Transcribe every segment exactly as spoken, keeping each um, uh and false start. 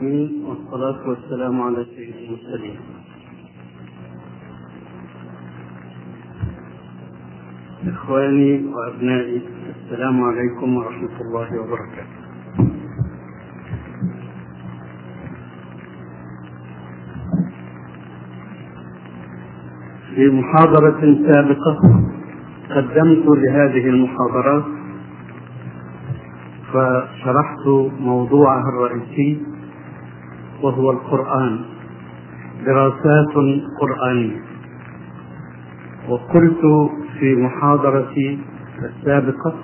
العالمين، والصلاة والسلام على سيد المرسلين. إخواني وأبنائي، السلام عليكم ورحمة الله وبركاته. في محاضرة سابقة قدمت لهذه المحاضرات فشرحت موضوعها الرئيسي، وهو القرآن، دراسات قرآنية. وقلت في محاضرتي السابقة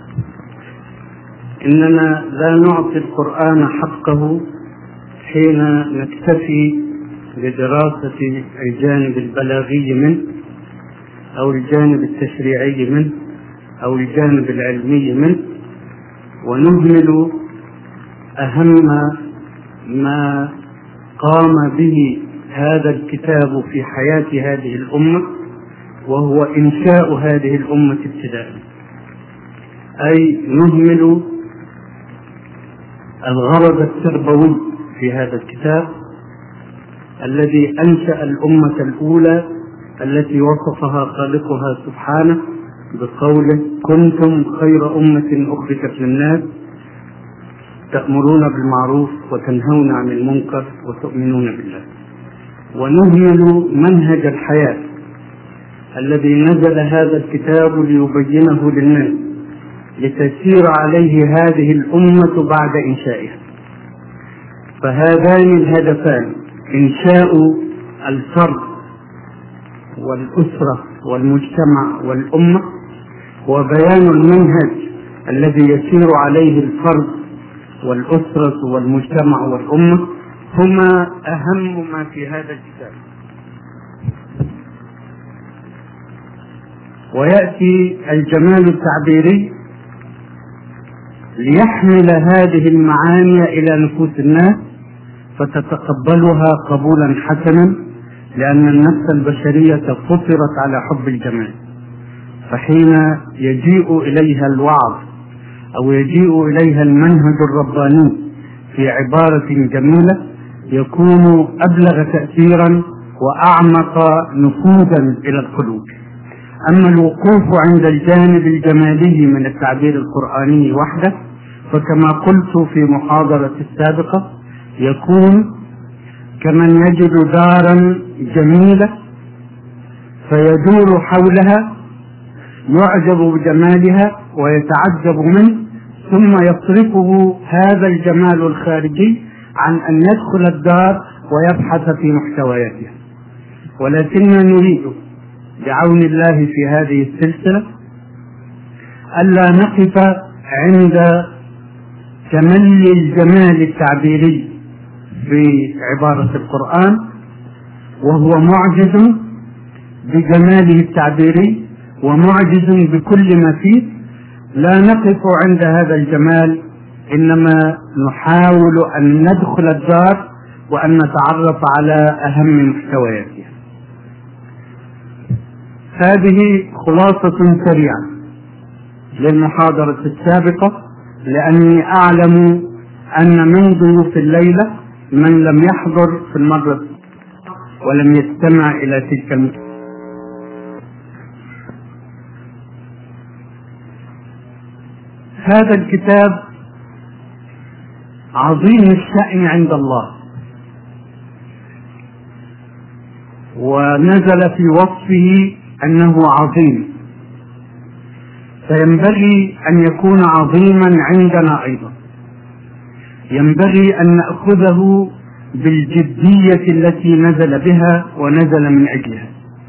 إننا لا نعطي القرآن حقه حين نكتفي بدراسة الجانب البلاغي منه أو الجانب التشريعي منه أو الجانب العلمي منه، ونهمل أهم ما قام به هذا الكتاب في حياة هذه الأمة، وهو إنشاء هذه الأمة ابتداء. أي نهمل الغرض التربوي في هذا الكتاب الذي أنشأ الأمة الأولى التي وصفها خالقها سبحانه بقوله: كنتم خير أمة أخرجت للناس تأمرون بالمعروف وتنهون عن المنكر وتؤمنون بالله. ونهمل منهج الحياة الذي نزل هذا الكتاب ليبينه للناس لتسير عليه هذه الأمة بعد إنشائها. فهذان الهدفان، إنشاء الفرد والأسرة والمجتمع والأمة، وبيان المنهج الذي يسير عليه الفرد والأسرة والمجتمع والأمة، هما أهم ما في هذا الكتاب. ويأتي الجمال التعبيري ليحمل هذه المعاني إلى نفوس الناس فتتقبلها قبولا حسنا، لأن النفس البشرية فطرت على حب الجمال. فحين يجيء إليها الوعظ أو يجيء إليها المنهج الرباني في عبارة جميلة يكون أبلغ تأثيرا وأعمق نفوذا إلى القلوب. أما الوقوف عند الجانب الجمالي من التعبير القرآني وحده، فكما قلت في محاضرة السابقة يكون كمن يجد دارا جميلة فيدور حولها يعجب بجمالها ويتعجب منه، ثم يصرفه هذا الجمال الخارجي عن أن يدخل الدار ويبحث في محتوياتها. ولكننا نريد بعون الله في هذه السلسلة ألا نقف عند تملي الجمال التعبيري في عبارة القرآن، وهو معجز بجماله التعبيري ومعجز بكل ما فيه. لا نقف عند هذا الجمال، إنما نحاول أن ندخل الدار وأن نتعرف على أهم محتوياتها. هذه خلاصة سريعة للمحاضرة السابقة، لأني أعلم أن من ضيوف الليلة من لم يحضر في المرة ولم يستمع إلى تلك المحاضرة. هذا الكتاب عظيم الشأن عند الله، ونزل في وصفه أنه عظيم، فينبغي أن يكون عظيما عندنا أيضا. ينبغي أن نأخذه بالجدية التي نزل بها ونزل من أجلها.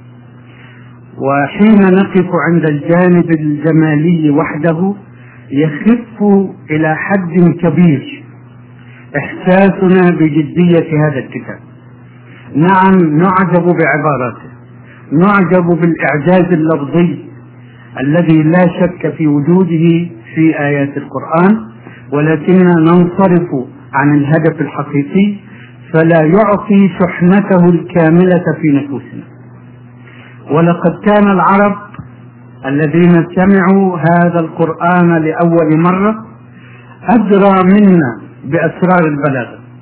وحين نقف عند الجانب الجمالي وحده يخف إلى حد كبير إحساسنا بجدية هذا الكتاب. نعم، نعجب بعباراته، نعجب بالإعجاز اللفظي الذي لا شك في وجوده في آيات القرآن، ولكننا ننصرف عن الهدف الحقيقي فلا يعطي شحنته الكاملة في نفوسنا. ولقد كان العرب الذين سمعوا هذا القرآن لأول مرة أدرى منا بأسرار البلاغة،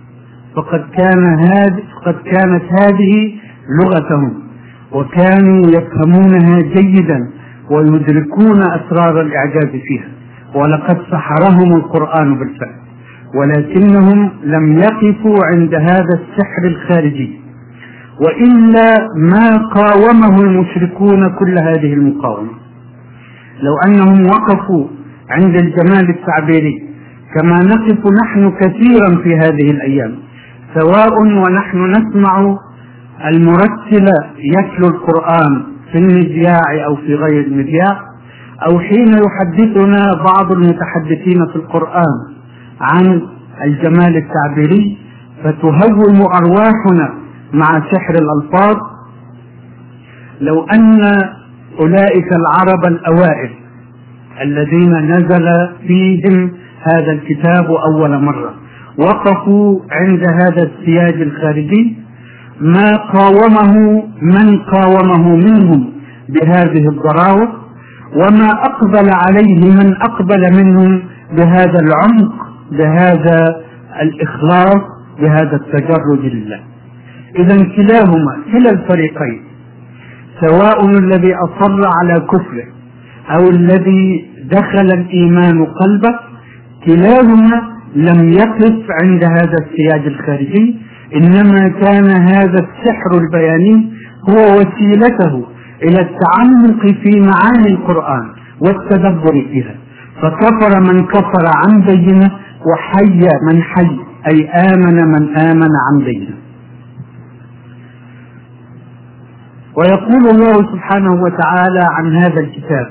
فقد كان هذه فقد كانت هذه لغتهم، وكانوا يفهمونها جيدا ويدركون أسرار الإعجاز فيها، ولقد سحرهم القرآن بالفعل، ولكنهم لم يقفوا عند هذا السحر الخارجي، وإلا ما قاومه المشركون كل هذه المقاومة. لو أنهم وقفوا عند الجمال التعبيري كما نقف نحن كثيرا في هذه الأيام، سواء ونحن نسمع المرتل يتلو القرآن في المذياع أو في غير المذياع، أو حين يحدثنا بعض المتحدثين في القرآن عن الجمال التعبيري فتهون أرواحنا مع سحر الألفاظ. لو أن أولئك العرب الأوائل الذين نزل فيهم هذا الكتاب أول مرة وقفوا عند هذا السياج الخارجي ما قاومه من قاومه منهم بهذه الضراوة، وما أقبل عليه من أقبل منهم بهذا العمق، بهذا الإخلاص، بهذا التجرد لله. إذا كلاهما كلا الفريقين، سواء الذي أصر على كفره أو الذي دخل الإيمان قلبه، كلاهما لم يقف عند هذا السياج الخارجي، إنما كان هذا السحر البياني هو وسيلته إلى التعمق في معاني القرآن والتدبر فيها، فكفر من كفر عن بينه وحي من حي، أي آمن من آمن عن بينه. ويقول الله سبحانه وتعالى عن هذا الكتاب: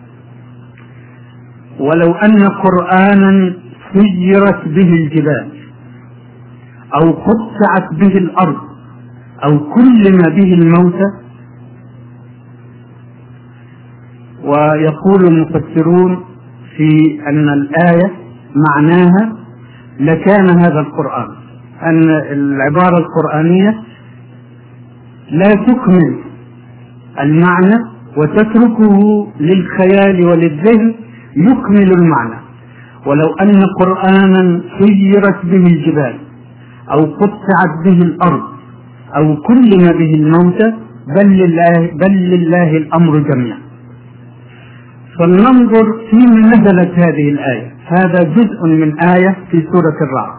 ولو أن قرآنا سيرت به الجبال أو قطعت به الأرض أو كلم به الموتى. ويقول المفسرون في أن الآية معناها لكان هذا القرآن، أن العبارة القرآنية لا تكمل المعنى وتتركه للخيال وللذهن يكمل المعنى. ولو أن قرآنا سيرت به الجبال أو قطعت به الأرض أو كلم به الموتى بل لله, بل لله الأمر جميعا. فلننظر فيما نزلت هذه الآية. هذا جزء من آية في سورة الرعد،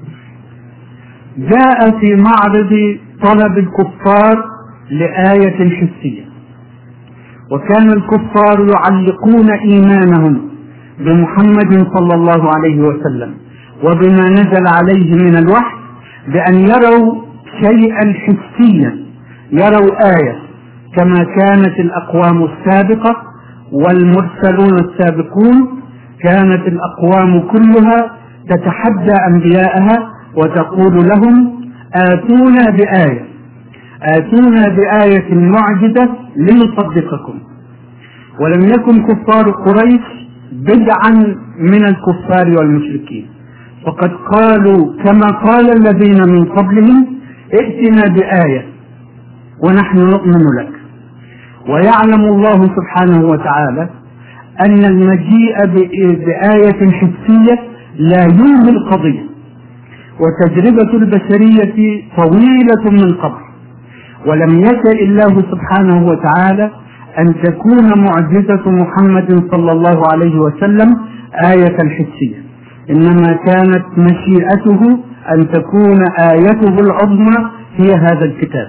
جاء في معرض طلب الكفار لآية حسية، وكان الكفار يعلقون إيمانهم بمحمد صلى الله عليه وسلم وبما نزل عليه من الوحي بأن يروا شيئا حسيا، يروا آية، كما كانت الأقوام السابقة والمرسلون السابقون كانت الأقوام كلها تتحدى أنبياءها وتقول لهم: آتونا بآية، آتونا بآية معجزة لنصدقكم. ولم يكن كفار قريش بدعا من الكفار والمشركين، فقد قالوا كما قال الذين من قبلهم: ائتنا بآية ونحن نؤمن لك. ويعلم الله سبحانه وتعالى أن المجيء بآية حسية لا ينهي القضية، وتجربة البشرية طويلة من قبل، ولم يشأ الله سبحانه وتعالى أن تكون معجزة محمد صلى الله عليه وسلم آية حسية، إنما كانت مشيئته أن تكون آيته العظمى هي هذا الكتاب.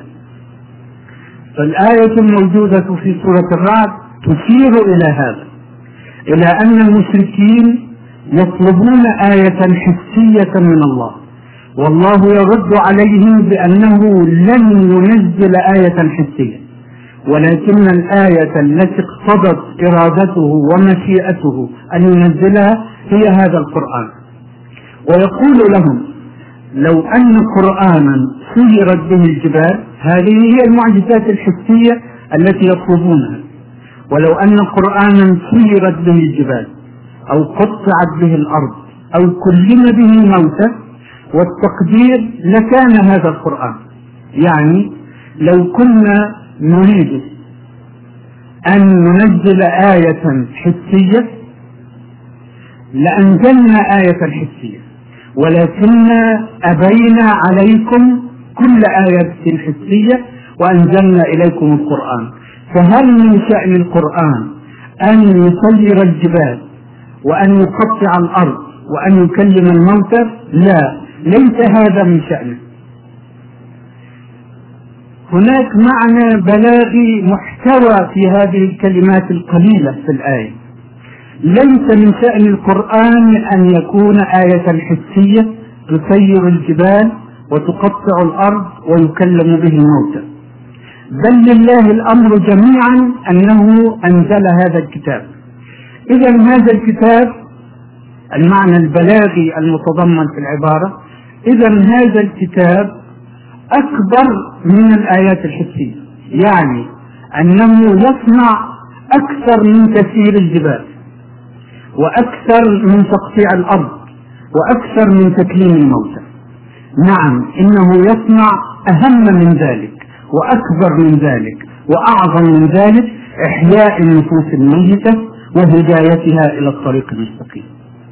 فالآية الموجودة في سورة الرعد تشير إلى هذا، إلى أن المشركين يطلبون آية حسية من الله، والله يرد عليهم بأنه لن ينزل آية حسية، ولكن الآية التي اقتضت إرادته ومشيئته أن ينزلها هي هذا القرآن. ويقول لهم: لو أن قرآنا سيرت به الجبال، هذه هي المعجزات الحسية التي يطلبونها، ولو أن قرآنا سيرت به الجبال أو قطعت به الأرض أو كلم به الموتى، والتقدير لكان هذا القرآن. يعني لو كنا نريد أن ننزل آية حسية لأنزلنا آية حسية، ولكننا أبينا عليكم كل آية حسية وأنزلنا إليكم القرآن. فهل من شأن القرآن أن يسير الجبال وأن يقطع الأرض وأن يكلم الموتى؟ لا، ليس هذا من شأنه. هناك معنى بلاغي محتوى في هذه الكلمات القليلة في الآية. ليس من شأن القرآن أن يكون آية حسية تسير الجبال وتقطع الأرض ويكلم به الموتى، بل لله الأمر جميعا أنه أنزل هذا الكتاب. إذا هذا الكتاب المعنى البلاغي المتضمن في العبارة، إذا هذا الكتاب أكبر من الآيات الحسية، يعني أنه يصنع أكثر من تسيير الجبال وأكثر من تقطيع الأرض وأكثر من تكليم الموتى. نعم، إنه يصنع أهم من ذلك وأكبر من ذلك وأعظم من ذلك، إحياء النفوس الميتة وهدايتها إلى الطريق المستقيم.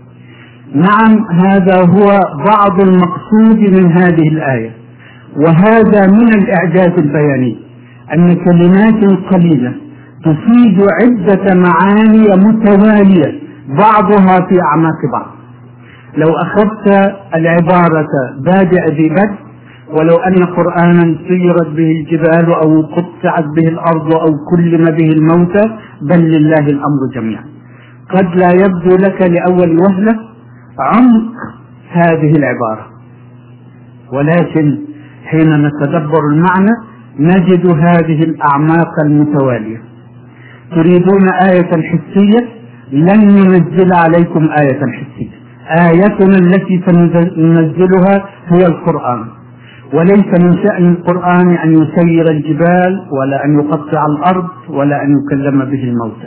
نعم، هذا هو بعض المقصود من هذه الآية، وهذا من الإعجاز البياني أن كلمات قليلة تفيد عدة معاني متوالية بعضها في أعماق بعض. لو أخذت العبارة بادئ ذي بدء، ولو أن قرآنا سيرت به الجبال أو قطعت به الأرض أو كلم به الموتى، بل لله الأمر جميعا، قد لا يبدو لك لأول وهلة عمق هذه العبارة، ولكن حين نتدبر المعنى نجد هذه الأعماق المتوالية. تريدون آية حسية؟ لن ننزل عليكم آية حسية. آيتنا التي سننزلها هي القرآن، وليس من شأن القرآن أن يسير الجبال ولا أن يقطع الأرض ولا أن يكلم به الموتى،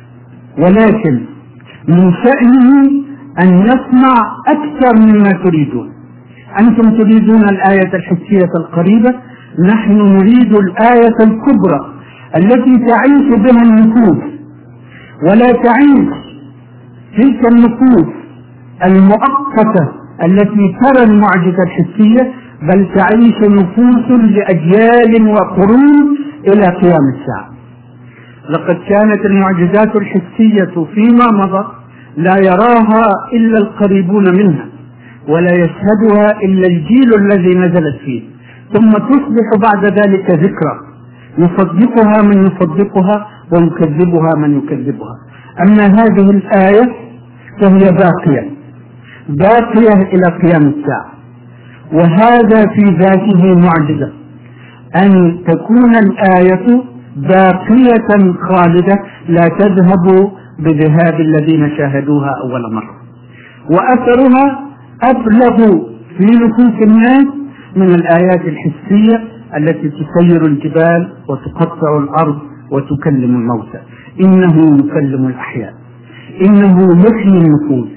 ولكن من شأنه أن يصنع أكثر مما تريدون. أنتم تريدون الآية الحسية القريبة، نحن نريد الآية الكبرى التي تعيش بها النفوس، ولا تعيش تلك النفوس المؤقتة التي ترى المعجزة الحسية، بل تعيش نفوس لأجيال وقرون إلى قيام الساعة. لقد كانت المعجزات الحسية فيما مضى لا يراها إلا القريبون منها، ولا يشهدها إلا الجيل الذي نزلت فيه، ثم تصبح بعد ذلك ذكرى يصدقها من يصدقها ويكذبها من يكذبها. أما هذه الآية فهي باقية باقية إلى قيام الساعة، وهذا في ذاته معجزة، أن تكون الآية باقية خالدة لا تذهب بذهاب الذين شاهدوها أول مرة، وأثرها أبلغ في نفوس الناس من الآيات الحسية التي تسير الجبال وتقطع الأرض وتكلم الموتى. إنه يكلم الأحياء، إنه يحيي النفوس.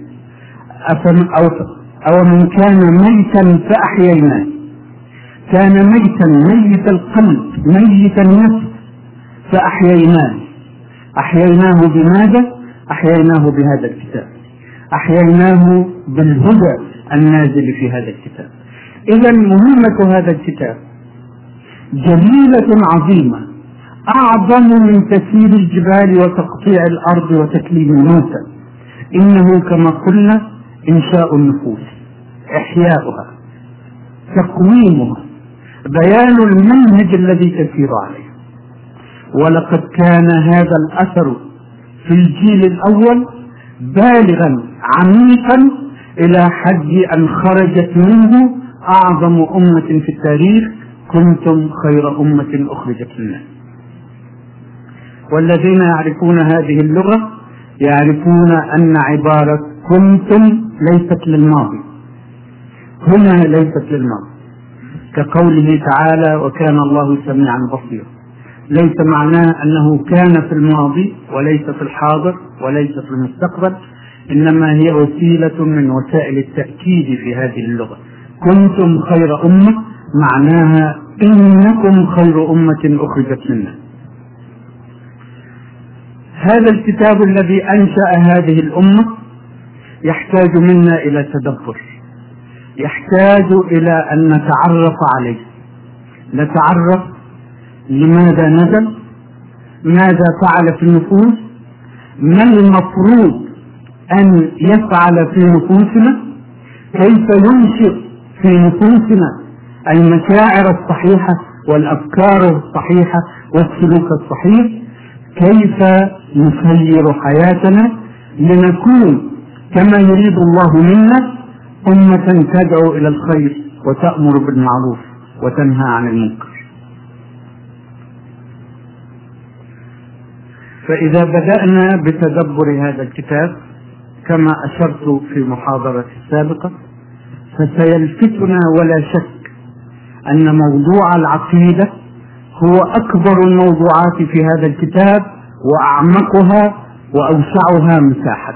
أو أو من كان ميتا فأحييناه، كان ميتا ميت القلب ميت النفس فأحييناه. أحييناه بماذا؟ أحييناه بهذا الكتاب، أحييناه بالهدى النازل في هذا الكتاب. إذا مهمة هذا الكتاب جليلة عظيمة، أعظم من تسيير الجبال وتقطيع الأرض وتكليم الموتى. إنه كما قلنا إنشاء النفوس، إحياؤها، تقويمها، بيان المنهج الذي تسير عليه. ولقد كان هذا الأثر في الجيل الأول بالغا عميقا إلى حد أن خرجت منه أعظم أمة في التاريخ: كنتم خير أمة أخرجت للناس. والذين يعرفون هذه اللغة يعرفون أن عبارة كنتم ليست للماضي، هنا ليست للماضي، كقوله تعالى: وكان الله سميعا بصيرا. ليس معناه أنه كان في الماضي وليس في الحاضر وليس في المستقبل، إنما هي وسيلة من وسائل التأكيد في هذه اللغة. كنتم خير أمة معناها إنكم خير أمة أخرجت للناس. هذا الكتاب الذي أنشأ هذه الأمة يحتاج منا إلى تدبر، يحتاج إلى أن نتعرف عليه، نتعرف لماذا نزل، ماذا فعل في النفوس، ما المفروض أن يفعل في نفوسنا، كيف ينشئ في نفوسنا المشاعر الصحيحة والأفكار الصحيحة والسلوك الصحيح، كيف نسير حياتنا لنكون كما يريد الله منا أمة تدعو إلى الخير وتأمر بالمعروف وتنهى عن المنكر. فإذا بدأنا بتدبر هذا الكتاب كما أشرت في محاضرة السابقة، فسيلفتنا ولا شك أن موضوع العقيدة هو أكبر الموضوعات في هذا الكتاب وأعمقها وأوسعها مساحة.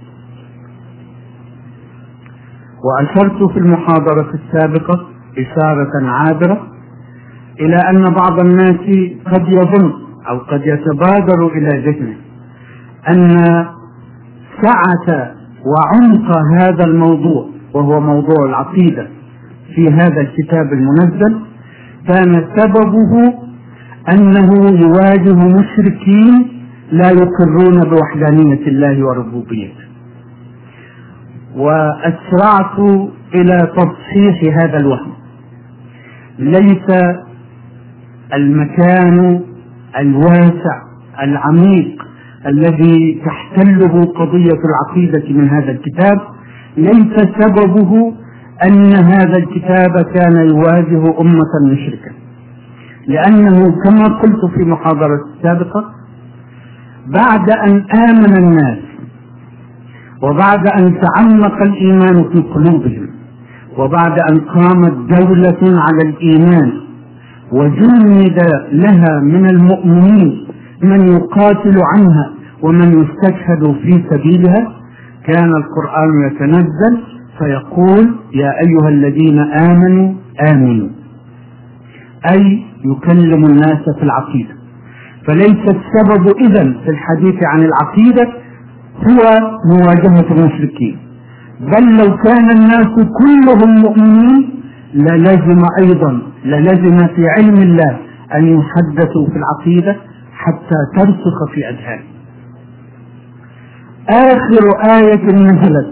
وأشرت في المحاضرة السابقة إشارة عابرة إلى أن بعض الناس قد يظن أو قد يتبادر إلى ذهنه أن سعة وعمق هذا الموضوع وهو موضوع العقيدة في هذا الكتاب المنزل كان سببه أنه يواجه مشركين لا يقرون بوحدانية الله وربوبيته. وأسرعت إلى تصحيح هذا الوهم. ليس المكان الواسع العميق الذي تحتله قضية العقيدة من هذا الكتاب ليس سببه أن هذا الكتاب كان يواجه أمة مشركة، لأنه كما قلت في محاضرة السابقة بعد أن آمن الناس وبعد أن تعمق الإيمان في قلوبهم وبعد أن قامت دولة على الإيمان وجند لها من المؤمنين من يقاتل عنها ومن يستشهد في سبيلها، كان القرآن يتنزل فيقول يا أيها الذين آمنوا آمنوا، أي يكلم الناس في العقيدة. فليس السبب إذن في الحديث عن العقيدة هو مواجهة المشركين، بل لو كان الناس كلهم مؤمنين للزم أيضا للزم في علم الله أن يحدثوا في العقيدة حتى ترسخ في أذهان. آخر آية نزلت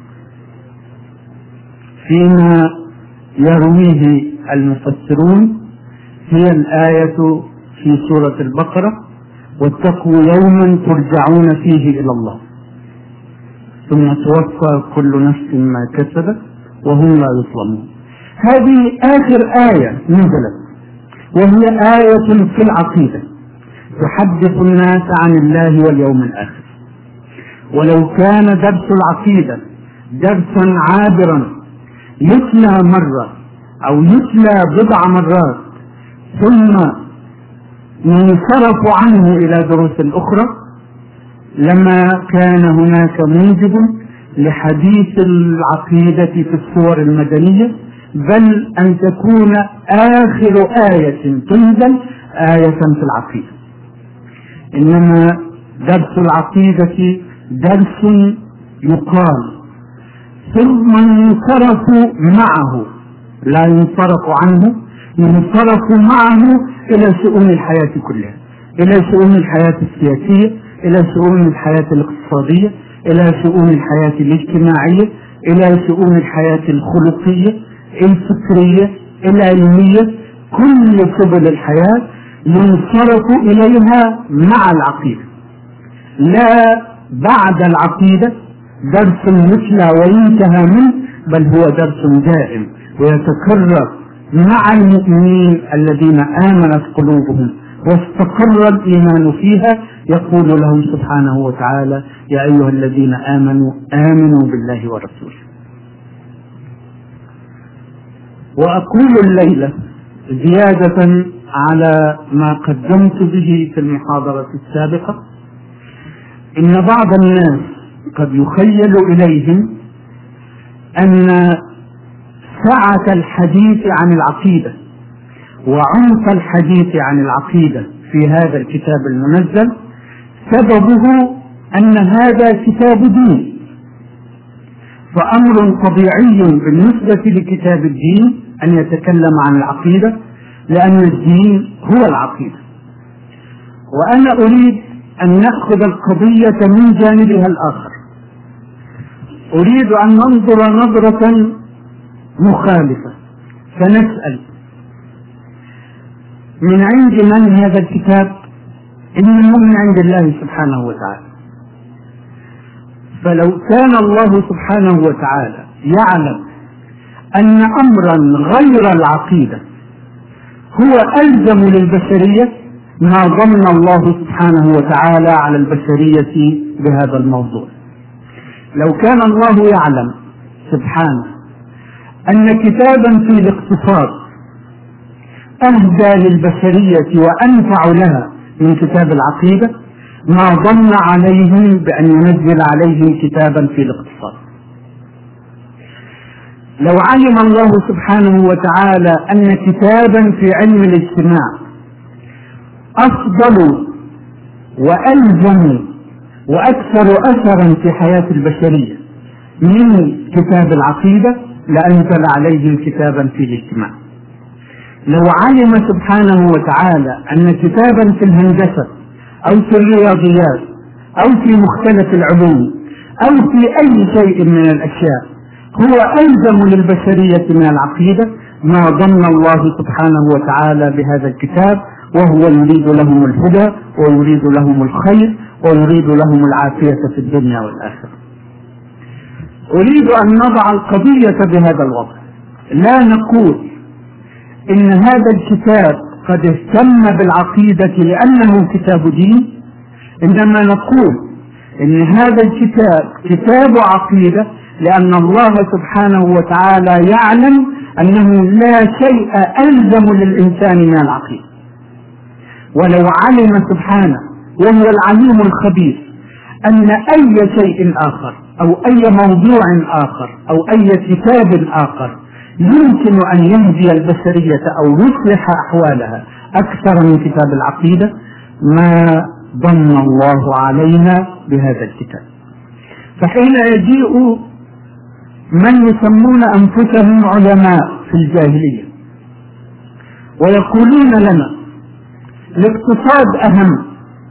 فيما يرويه المفسرون هي الآية في سورة البقرة واتقوا يوما ترجعون فيه إلى الله ثم توفى كل نفس ما كسبت وهم لا يظلمون. هذه آخر آية نزلت وهي آية في العقيدة تحدث الناس عن الله واليوم الآخر. ولو كان درس العقيدة درسا عابرا يتلى مرة أو يتلى بضع مرات ثم ينصرف عنه إلى دروس أخرى لما كان هناك موجب لحديث العقيدة في الصور المدنية، بل أن تكون آخر آية تنزل آية في العقيدة. إنما درس العقيدة درس يقال ثم ينصرف معه، لا ينصرف عنه، ينصرف معه إلى شؤون الحياة كلها، إلى شؤون الحياة السياسية، إلى شؤون الحياة الاقتصادية، إلى شؤون الحياة الاجتماعية، إلى شؤون الحياة الخلقية الفكرية العلمية، كل سبل الحياة ينصرف إليها مع العقيدة، لا بعد العقيدة درس مثلى وينتهى منه، بل هو درس دائم ويتكرر مع المؤمنين الذين آمنت قلوبهم واستقر الإيمان فيها. يقول لهم سبحانه وتعالى يا أيها الذين آمنوا آمنوا بالله ورسوله. وأقول الليلة زيادة على ما قدمت به في المحاضرة السابقة إن بعض الناس قد يخيل إليهم أن سعة الحديث عن العقيدة وعمق الحديث عن العقيدة في هذا الكتاب المنزل سببه أن هذا كتاب دين، فأمر طبيعي بالنسبة لكتاب الدين أن يتكلم عن العقيدة، لأن الدين هو العقيدة. وأنا أريد أن نأخذ القضية من جانبها الآخر. أريد أن ننظر نظرة مخالفة، فنسأل: من عند من هذا الكتاب؟ إنه من عند الله سبحانه وتعالى. فلو كان الله سبحانه وتعالى يعلم أن أمرا غير العقيدة هو ألزم للبشرية ما ضمن الله سبحانه وتعالى على البشرية بهذا الموضوع. لو كان الله يعلم سبحانه أن كتابا في الاقتصاد أهدى للبشرية وأنفع لها من كتاب العقيدة ما ضمن عليهم بأن ينزل عليهم كتابا في الاقتصاد. لو علم الله سبحانه وتعالى أن كتابا في علم الاجتماع أفضل وألزم وأكثر أثرا في حياة البشرية من كتاب العقيدة لأنزل عليهم كتابا في الاجتماع. لو علم سبحانه وتعالى أن كتابا في الهندسة أو في الرياضيات أو في مختلف العلوم أو في أي شيء من الأشياء هو ألزم للبشرية من العقيدة ما ضمن الله سبحانه وتعالى بهذا الكتاب، وهو يريد لهم الهدى ويريد لهم الخير ويريد لهم العافية في الدنيا والآخرة. أريد أن نضع القضية بهذا الوضع. لا نقول إن هذا الكتاب قد اهتم بالعقيدة لأنه كتاب دين، إنما نقول إن هذا الكتاب كتاب عقيدة لأن الله سبحانه وتعالى يعلم أنه لا شيء ألزم للإنسان من العقيدة. ولو علم سبحانه وهو العليم الخبير أن أي شيء آخر أو أي موضوع آخر أو أي كتاب آخر يمكن أن يهدي البشرية أو يصلح أحوالها أكثر من كتاب العقيدة ما ضمن الله علينا بهذا الكتاب. فحين يجيء من يسمون أنفسهم علماء في الجاهلية ويقولون لنا الاقتصاد أهم،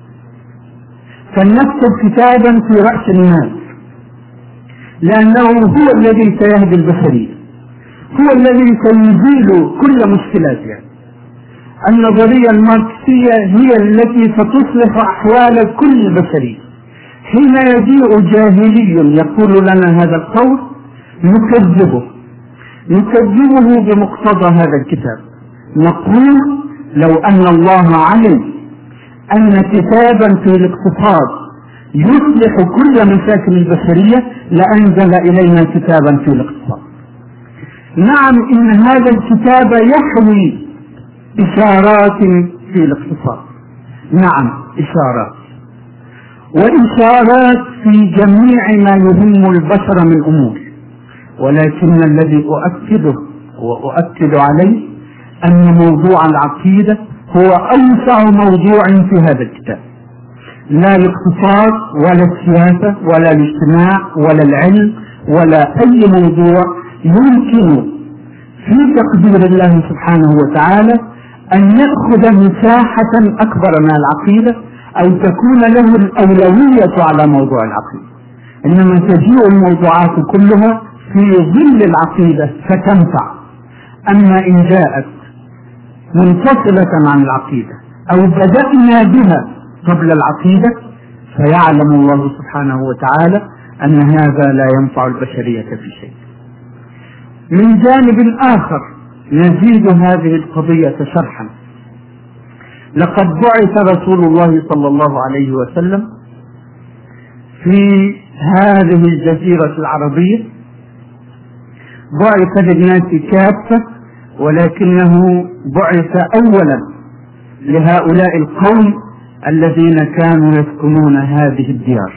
فلنكتب كتابا في رأس الناس لأنه هو الذي سيهدي البشرية، هو الذي سيزيل كل مشكلاتها. النظرية الماركسية هي التي ستصلح أحوال كل البشرية. حين يجيء جاهلي يقول لنا هذا القول نكذبه نكذبه بمقتضى هذا الكتاب. نقول لو أن الله علم أن كتابا في الاقتصاد يصلح كل مشاكل البشرية لأنزل إلينا كتابا في الاقتصاد. نعم، إن هذا الكتاب يحوي إشارات في الاقتصاد، نعم إشارات، وإشارات في جميع ما يهم البشر من أمور، ولكن الذي أؤكده وأؤكد عليه أن موضوع العقيدة هو أوسع موضوع في هذا الكتاب. لا الاقتصاد ولا السياسة ولا الاجتماع ولا العلم ولا أي موضوع يمكن في تقدير الله سبحانه وتعالى أن يأخذ مساحة أكبر من العقيدة أو تكون له الأولوية على موضوع العقيدة، إنما تجيء الموضوعات كلها في ظل العقيدة فتنفع. أما إن جاءت منفصلة عن العقيدة أو بدأنا بها قبل العقيدة فيعلم الله سبحانه وتعالى أن هذا لا ينفع البشرية في شيء. من جانب آخر نزيد هذه القضية شرحا. لقد بعث رسول الله صلى الله عليه وسلم في هذه الجزيرة العربية، بعث للناس كافة، ولكنه بعث أولا لهؤلاء القوم الذين كانوا يسكنون هذه الديار،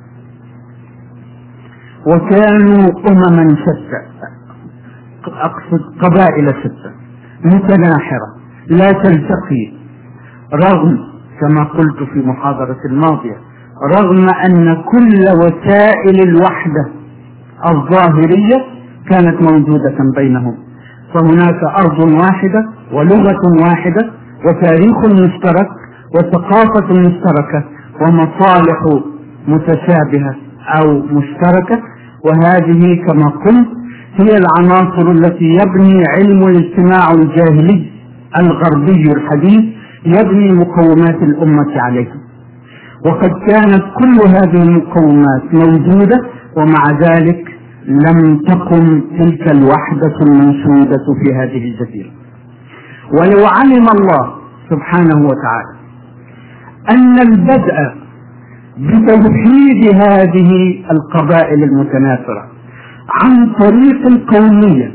وكانوا أمما شتى، أقصد قبائل شتى متناحرة لا تلتقي، رغم كما قلت في محاضرة الماضية رغم أن كل وسائل الوحدة الظاهرية كانت موجودة بينهم، فهناك أرض واحدة ولغة واحدة وتاريخ مشترك وثقافة مشتركة ومصالح متشابهة أو مشتركة. وهذه كما قلت هي العناصر التي يبني علم الاجتماع الجاهلي الغربي الحديث يبني مقومات الأمة عليها. وقد كانت كل هذه المقومات موجودة ومع ذلك لم تقم تلك الوحدة المنشودة في هذه الجزيرة. ولو علم الله سبحانه وتعالى أن البدء بتوحيد هذه القبائل المتنافرة عن طريق القومية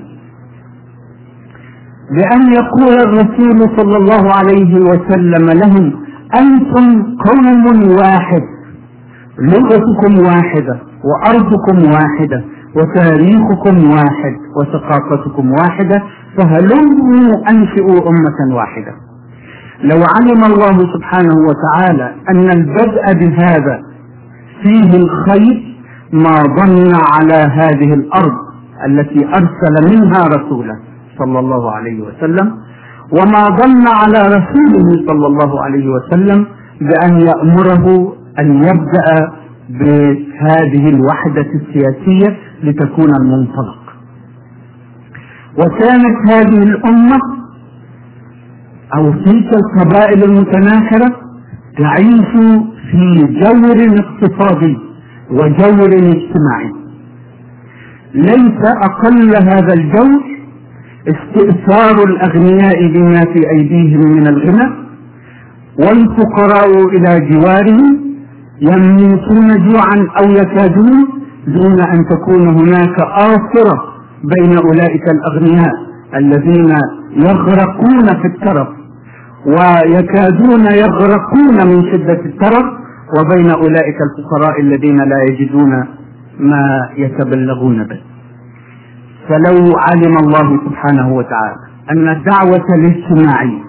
بأن يقول الرسول صلى الله عليه وسلم لهم أنتم قوم واحد، لغتكم واحدة وأرضكم واحدة وتاريخكم واحد وثقافتكم واحدة، فهلموا أنشئوا أمة واحدة. لو علم الله سبحانه وتعالى أن البدء بهذا فيه الخير ما ظن على هذه الأرض التي أرسل منها رسوله صلى الله عليه وسلم، وما ظن على رسوله صلى الله عليه وسلم بأن يأمره أن يبدأ بهذه الوحدة السياسية لتكون المنطلق. وكانت هذه الأمة أو تلك القبائل المتناحرة تعيش في جور اقتصادي وجور اجتماعي. ليس أقل هذا الجور استئثار الأغنياء بما في أيديهم من الغنى والفقراء إلى جوارهم يموتون جوعا أو يكادون دون أن تكون هناك آثرة بين أولئك الأغنياء الذين يغرقون في الترف ويكادون يغرقون من شدة الترف وبين أولئك الفقراء الذين لا يجدون ما يتبلغون به. فلو علم الله سبحانه وتعالى أن الدعوة الاجتماعية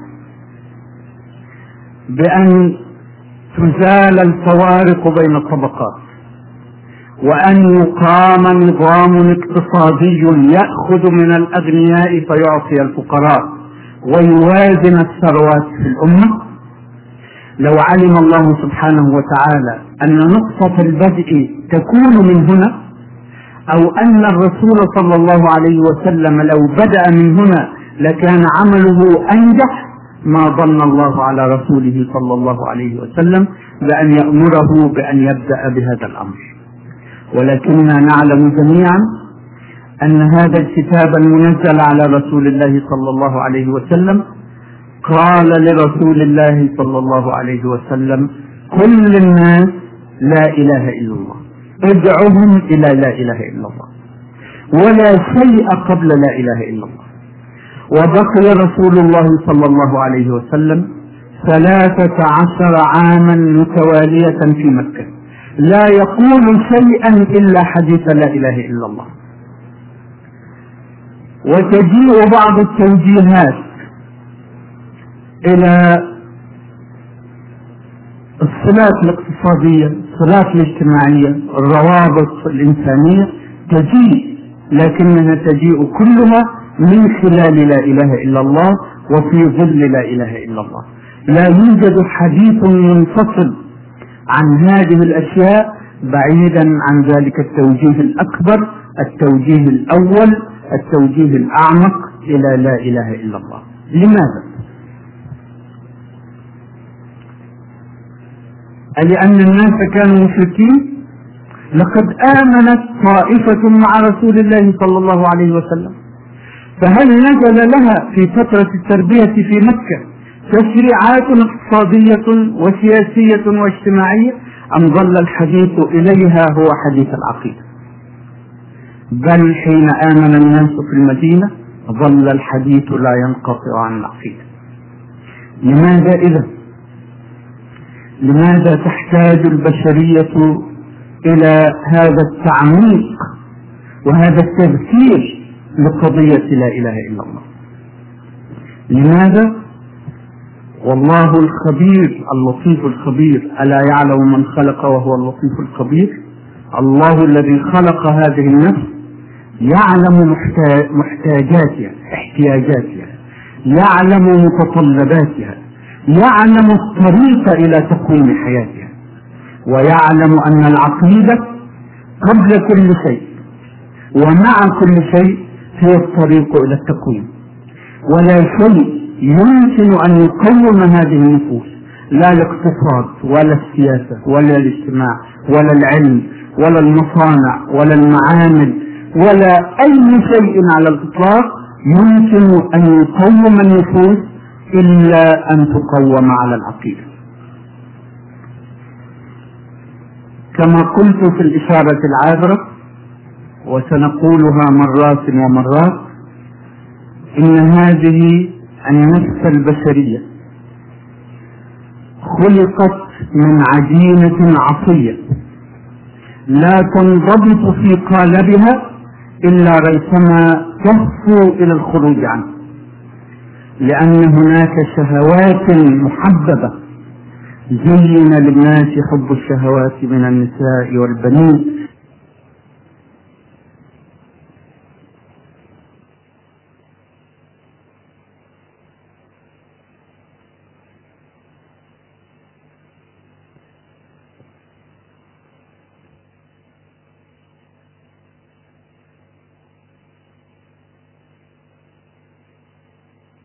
بأن تزال الفوارق بين الطبقات وأن يقام نظام اقتصادي يأخذ من الأغنياء فيعطي الفقراء ويوازن الثروات في الأمة، لو علم الله سبحانه وتعالى أن نقطة البدء تكون من هنا أو أن الرسول صلى الله عليه وسلم لو بدأ من هنا لكان عمله أنجح، ما ظن الله على رسوله صلى الله عليه وسلم بأن يأمره بأن يبدأ بهذا الأمر. ولكننا نعلم جميعا أن هذا الكتاب المنزل على رسول الله صلى الله عليه وسلم قال لرسول الله صلى الله عليه وسلم كل الناس لا إله إلا الله، ادعوهم إلى لا إله إلا الله، ولا شيء قبل لا إله إلا الله. وبقي رسول الله صلى الله عليه وسلم ثلاثة عشر عاما متوالية في مكة لا يقول شيئا إلا حديث لا إله إلا الله. وتجيء بعض التوجيهات إلى الصلات الاقتصادية، الصلات الاجتماعية، الروابط الإنسانية تجيء، لكنها تجيء كلها من خلال لا إله إلا الله وفي ظل لا إله إلا الله. لا يوجد حديث منفصل عن هذه الأشياء بعيدا عن ذلك التوجيه الأكبر، التوجيه الأول، التوجيه الأعمق إلى لا إله إلا الله. لماذا؟ لأن الناس كانوا مشركين. لقد آمنت طائفة مع رسول الله صلى الله عليه وسلم، فهل نزل لها في فترة التربية في مكة تشريعات اقتصادية وسياسية واجتماعية أم ظل الحديث إليها هو حديث العقيدة؟ بل حين آمن الناس في المدينة ظل الحديث لا ينقطع عن العقيدة. لماذا إذا؟ لماذا تحتاج البشرية إلى هذا التعميق وهذا التذكير لقضية لا إله إلا الله؟ لماذا؟ والله الخبير اللطيف الخبير، ألا يعلم من خلق وهو اللطيف الخبير؟ الله الذي خلق هذه النفس يعلم محتاجاتها احتياجاتها، يعلم متطلباتها، يعلم الطريق إلى تكوين حياتها، ويعلم أن العقيدة قبل كل شيء ومع كل شيء هي الطريق إلى التكوين. ولا شيء يمكن أن يقوم هذه النفوس، لا الاقتصاد ولا السياسة ولا الاجتماع ولا العلم ولا المصانع ولا المعامل ولا أي شيء على الإطلاق يمكن أن يقوم النفوس إلا أن تقوم على العقيدة. كما قلت في الإشارة العابرة وسنقولها مرات ومرات، إن هذه النفس البشرية خلقت من عجينة عصية لا تنضبط في قالبها إلا ريثما تهفو إلى الخروج عنه، لأن هناك شهوات محببة. زين للناس حب الشهوات من النساء والبنين